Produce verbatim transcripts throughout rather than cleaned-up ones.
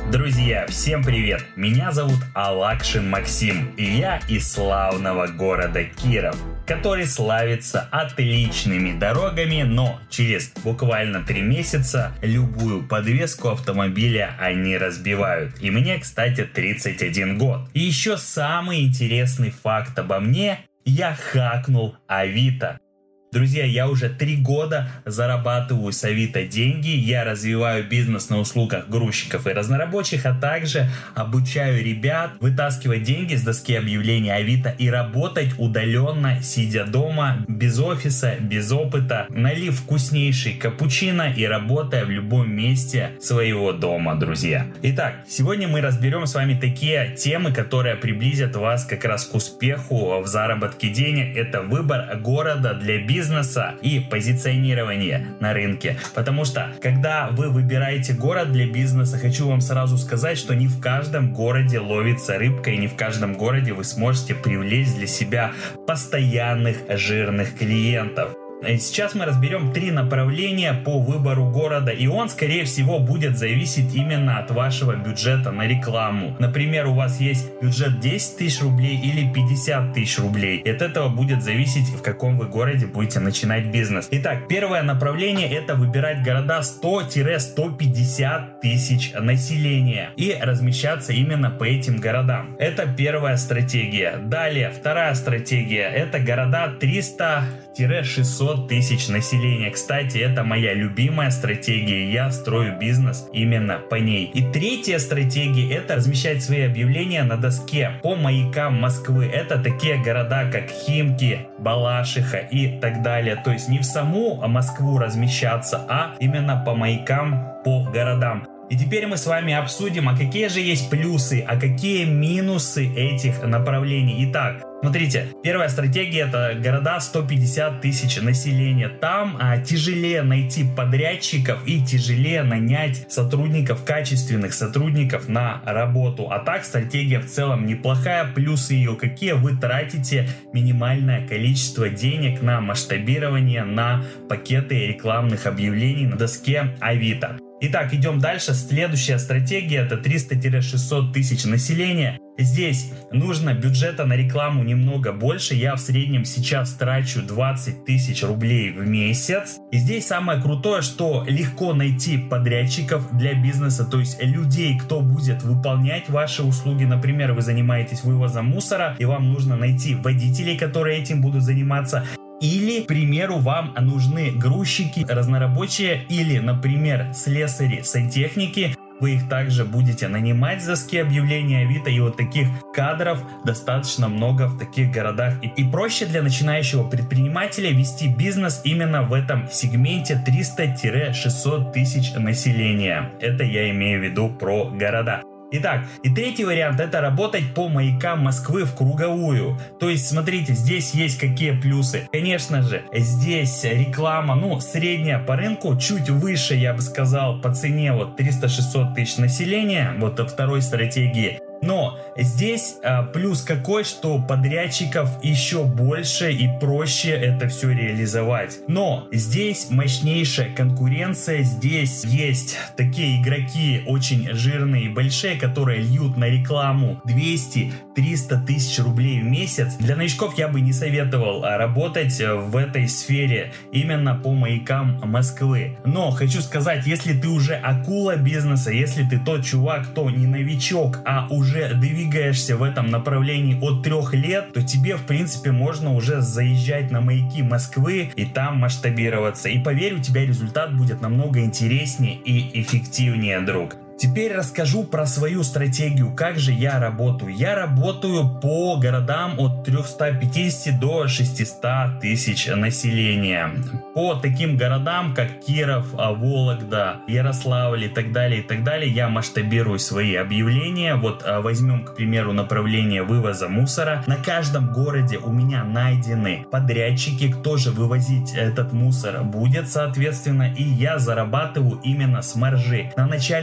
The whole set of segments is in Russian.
Друзья, всем привет! Меня зовут Алакшин Максим, и я из славного города Киров, который славится отличными дорогами, но через буквально три месяца любую подвеску автомобиля они разбивают. И мне, кстати, тридцать один год. И еще самый интересный факт обо мне: я хакнул Авито. Друзья, я уже три года зарабатываю с Авито деньги, я развиваю бизнес на услугах грузчиков и разнорабочих, а также обучаю ребят вытаскивать деньги с доски объявлений Авито и работать удаленно, сидя дома, без офиса, без опыта, налив вкуснейший капучино и работая в любом месте своего дома, друзья. Итак, сегодня мы разберем с вами такие темы, которые приблизят вас как раз к успеху в заработке денег. Это выбор города для бизнеса. бизнеса и позиционирование на рынке. Потому что, когда вы выбираете город для бизнеса, хочу вам сразу сказать, что не в каждом городе ловится рыбка, и не в каждом городе вы сможете привлечь для себя постоянных жирных клиентов. Сейчас мы разберем три направления по выбору города, и он, скорее всего, будет зависеть именно от вашего бюджета на рекламу. Например, у вас есть бюджет десять тысяч рублей или пятьдесят тысяч рублей. И от этого будет зависеть, в каком вы городе будете начинать бизнес. Итак, первое направление — это выбирать города сто - сто пятьдесят тысяч населения и размещаться именно по этим городам. Это первая стратегия. Далее, вторая стратегия — это города триста - шестьсот тысяч населения. Кстати, это моя любимая стратегия, я строю бизнес именно по ней. И третья стратегия — это размещать свои объявления на доске по маякам Москвы. Это такие города, как Химки, Балашиха и так далее. То есть не в саму Москву размещаться, а именно по маякам, по городам. И теперь мы с вами обсудим, а какие же есть плюсы, а какие минусы этих направлений. Итак, смотрите, первая стратегия — это города сто пятьдесят тысяч населения. Там а, тяжелее найти подрядчиков и тяжелее нанять сотрудников, качественных сотрудников на работу. А так стратегия в целом неплохая. Плюсы ее какие? Вы тратите минимальное количество денег на масштабирование, на пакеты рекламных объявлений на доске Авито. Итак, идем дальше. Следующая стратегия — это триста - шестьсот тысяч населения. Здесь нужно бюджета на рекламу немного больше. Я в среднем сейчас трачу двадцать тысяч рублей в месяц. И здесь самое крутое, что легко найти подрядчиков для бизнеса, то есть людей, кто будет выполнять ваши услуги. Например, вы занимаетесь вывозом мусора, и вам нужно найти водителей, которые этим будут заниматься. Или, к примеру, вам нужны грузчики, разнорабочие, или, например, слесари, сантехники. Вы их также будете нанимать с доски объявления Авито, и вот таких кадров достаточно много в таких городах. И, и проще для начинающего предпринимателя вести бизнес именно в этом сегменте триста - шестьсот тысяч населения. Это я имею в виду про города. Итак, и третий вариант — это работать по маякам Москвы в круговую. То есть, смотрите, здесь есть какие плюсы. Конечно же, здесь реклама, ну, средняя по рынку, чуть выше, я бы сказал, по цене вот триста - шестьсот тысяч населения, вот от второй стратегии. Но здесь а, плюс какой, что подрядчиков еще больше и проще это все реализовать. Но здесь мощнейшая конкуренция, здесь есть такие игроки очень жирные и большие, которые льют на рекламу двести - триста тысяч рублей в месяц. Для новичков я бы не советовал работать в этой сфере именно по маякам Москвы. Но хочу сказать, если ты уже акула бизнеса, если ты тот чувак, кто не новичок, а уже уже двигаешься в этом направлении от трех лет, то тебе, в принципе, можно уже заезжать на маяки Москвы и там масштабироваться. И поверь, у тебя результат будет намного интереснее и эффективнее, друг. Теперь расскажу про свою стратегию, как же я работаю. Я работаю по городам от трёхсот пятидесяти до шестисот тысяч населения. По таким городам, как Киров, Вологда, Ярославль и так далее, и так далее, я масштабирую свои объявления. Вот возьмем, к примеру, направление вывоза мусора. На каждом городе у меня найдены подрядчики, кто же вывозить этот мусор будет, соответственно, и я зарабатываю именно с маржи. На начальном этапе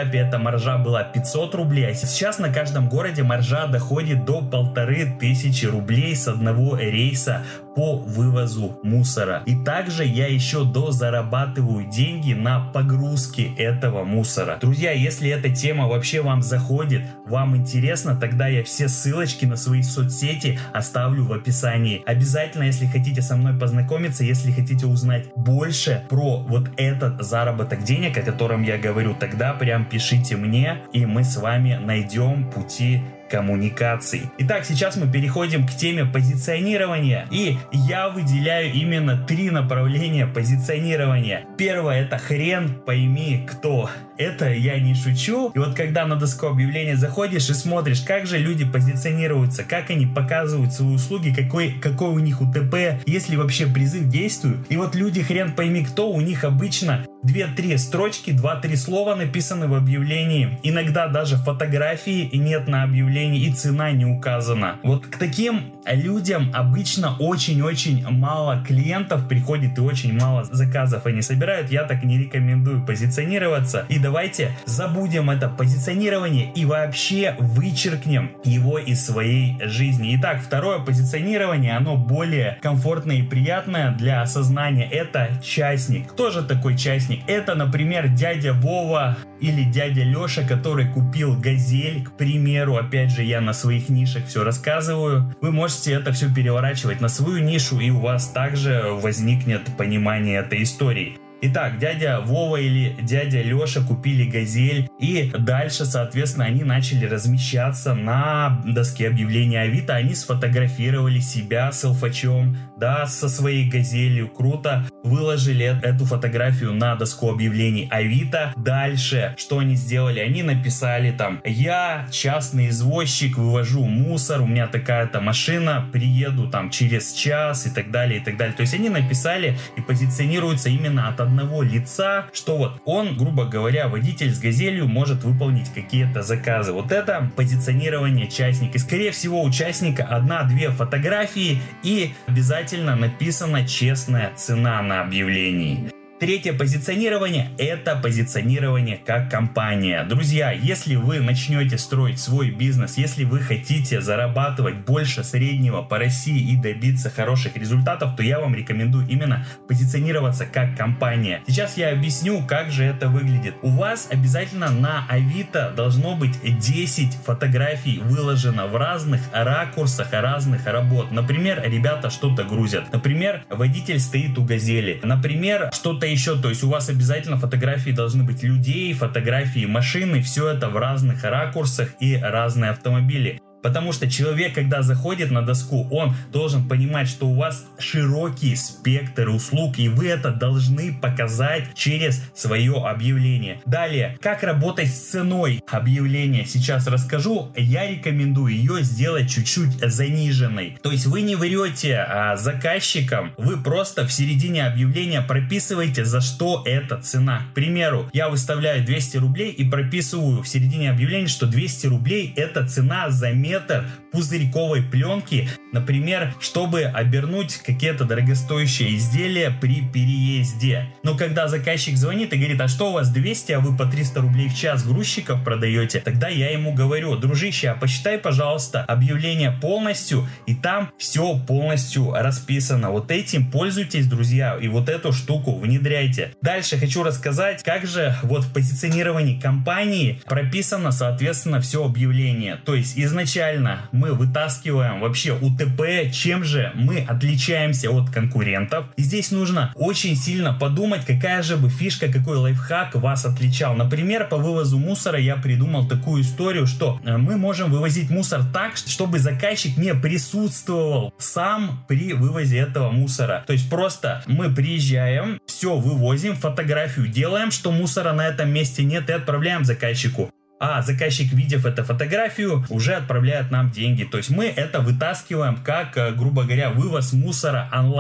этапе эта маржа была пятьсот рублей, а сейчас на каждом городе маржа доходит до полторы тысячи рублей с одного рейса по вывозу мусора. И также я еще дозарабатываю деньги на погрузке этого мусора. Друзья, если эта тема вообще вам заходит, вам интересно, тогда я все ссылочки на свои соцсети оставлю в описании. Обязательно, если хотите со мной познакомиться, если хотите узнать больше про вот этот заработок денег, о котором я говорю, тогда прям пишите мне, и мы с вами найдем пути коммуникаций. Итак, сейчас мы переходим к теме позиционирования, и я выделяю именно три направления позиционирования. Первое — это хрен пойми кто. Это я не шучу. И вот когда на доску объявлений заходишь и смотришь, как же люди позиционируются, как они показывают свои услуги, какой, какой у них УТП, есть ли вообще призыв к действию. И вот люди хрен пойми кто, у них обычно две-три строчки, два-три слова написаны в объявлении. Иногда даже фотографии нет на объявлении, и цена не указана. Вот к таким людям обычно очень-очень мало клиентов приходит и очень мало заказов они собирают. Я так не рекомендую позиционироваться. И давайте забудем это позиционирование и вообще вычеркнем его из своей жизни. Итак, второе позиционирование, оно более комфортное и приятное для осознания. Это частник. Кто же такой частник? Это, например, дядя Вова или дядя Леша, который купил «Газель», к примеру. Опять же, я на своих нишах все рассказываю. Вы можете это все переворачивать на свою нишу, и у вас также возникнет понимание этой истории. Итак, дядя Вова или дядя Леша купили «Газель», и дальше, соответственно, они начали размещаться на доске объявления Авито. Они сфотографировали себя селфачом, да, со своей «Газелью». Круто. Выложили эту фотографию на доску объявлений Авито. Дальше, что они сделали? Они написали там: я частный извозчик, вывожу мусор, у меня такая-то машина, приеду там через час, и так далее, и так далее. То есть они написали и позиционируются именно от одного лица, что вот он, грубо говоря, водитель с «Газелью», может выполнить какие-то заказы. Вот это позиционирование частника. И, скорее всего, у участника одна-две фотографии, и обязательно написана честная цена на объявлении. Третье позиционирование – это позиционирование как компания. Друзья, если вы начнете строить свой бизнес, если вы хотите зарабатывать больше среднего по России и добиться хороших результатов, то я вам рекомендую именно позиционироваться как компания. Сейчас я объясню, как же это выглядит. У вас обязательно на Авито должно быть десять фотографий выложено в разных ракурсах разных работ. Например, ребята что-то грузят. Например, водитель стоит у «Газели». Например, что-то еще, то есть у вас обязательно фотографии должны быть людей, фотографии машины, все это в разных ракурсах и разные автомобили. Потому что человек, когда заходит на доску, он должен понимать, что у вас широкий спектр услуг, и вы это должны показать через свое объявление. Далее, как работать с ценой объявления, сейчас расскажу. Я рекомендую ее сделать чуть-чуть заниженной. То есть вы не врете а, заказчикам, вы просто в середине объявления прописываете, за что эта цена. К примеру, я выставляю двести рублей и прописываю в середине объявления, что двести рублей это цена за метр пузырьковой пленки, например, чтобы обернуть какие-то дорогостоящие изделия при переезде. Но когда заказчик звонит и говорит: а что у вас двести, а вы по триста рублей в час грузчиков продаете, тогда я ему говорю: дружище, а посчитай, пожалуйста, объявление полностью, и там все полностью расписано. Вот этим пользуйтесь, друзья, и вот эту штуку внедряйте. Дальше хочу рассказать, как же вот в позиционировании компании прописано, соответственно, все объявление. То есть изначально мы вытаскиваем вообще УТП, чем же мы отличаемся от конкурентов. И здесь нужно очень сильно подумать, какая же бы фишка, какой лайфхак вас отличал. Например, по вывозу мусора я придумал такую историю, что мы можем вывозить мусор так, чтобы заказчик не присутствовал сам при вывозе этого мусора. То есть просто мы приезжаем, все вывозим, фотографию делаем, что мусора на этом месте нет, и отправляем заказчику. А заказчик, видев эту фотографию, уже отправляет нам деньги. То есть мы это вытаскиваем как, грубо говоря, вывоз мусора онлайн.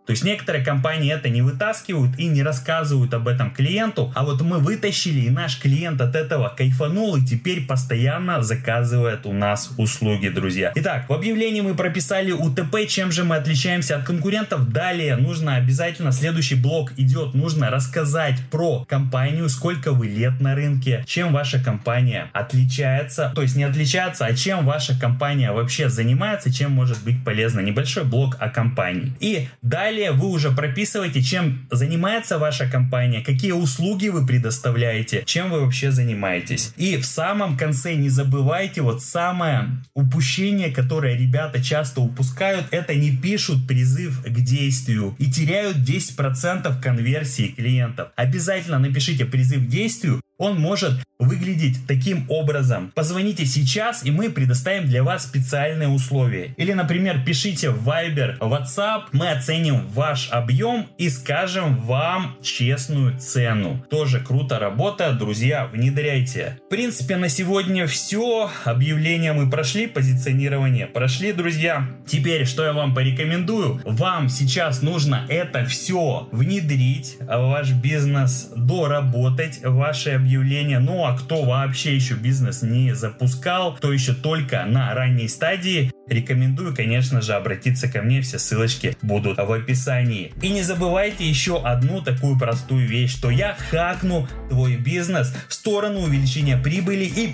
То есть некоторые компании это не вытаскивают и не рассказывают об этом клиенту, а вот мы вытащили, и наш клиент от этого кайфанул и теперь постоянно заказывает у нас услуги, друзья. Итак, в объявлении мы прописали УТП, чем же мы отличаемся от конкурентов. Далее нужно обязательно, следующий блок идет, нужно рассказать про компанию, сколько вы лет на рынке, чем ваша компания отличается, то есть не отличается, а чем ваша компания вообще занимается, чем может быть полезна. Небольшой блок о компании. И далее вы уже прописываете, чем занимается ваша компания, какие услуги вы предоставляете, чем вы вообще занимаетесь. И в самом конце не забывайте, вот самое упущение, которое ребята часто упускают, это не пишут призыв к действию и теряют десять процентов конверсии клиентов. Обязательно напишите призыв к действию. Он может выглядеть таким образом. Позвоните сейчас, и мы предоставим для вас специальные условия. Или, например, пишите в Viber, WhatsApp, мы оценим ваш объем и скажем вам честную цену. Тоже круто работает, друзья, внедряйте. В принципе, на сегодня все. Объявления мы прошли, позиционирование прошли, друзья. Теперь, что я вам порекомендую? Вам сейчас нужно это все внедрить в ваш бизнес, доработать ваши объявления. Объявления. Ну а кто вообще еще бизнес не запускал, кто еще только на ранней стадии, рекомендую, конечно же, обратиться ко мне. Все ссылочки будут в описании. И не забывайте еще одну такую простую вещь, что я хакну твой бизнес в сторону увеличения прибыли и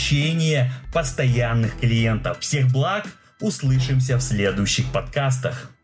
привлечения постоянных клиентов. Всех благ, услышимся в следующих подкастах.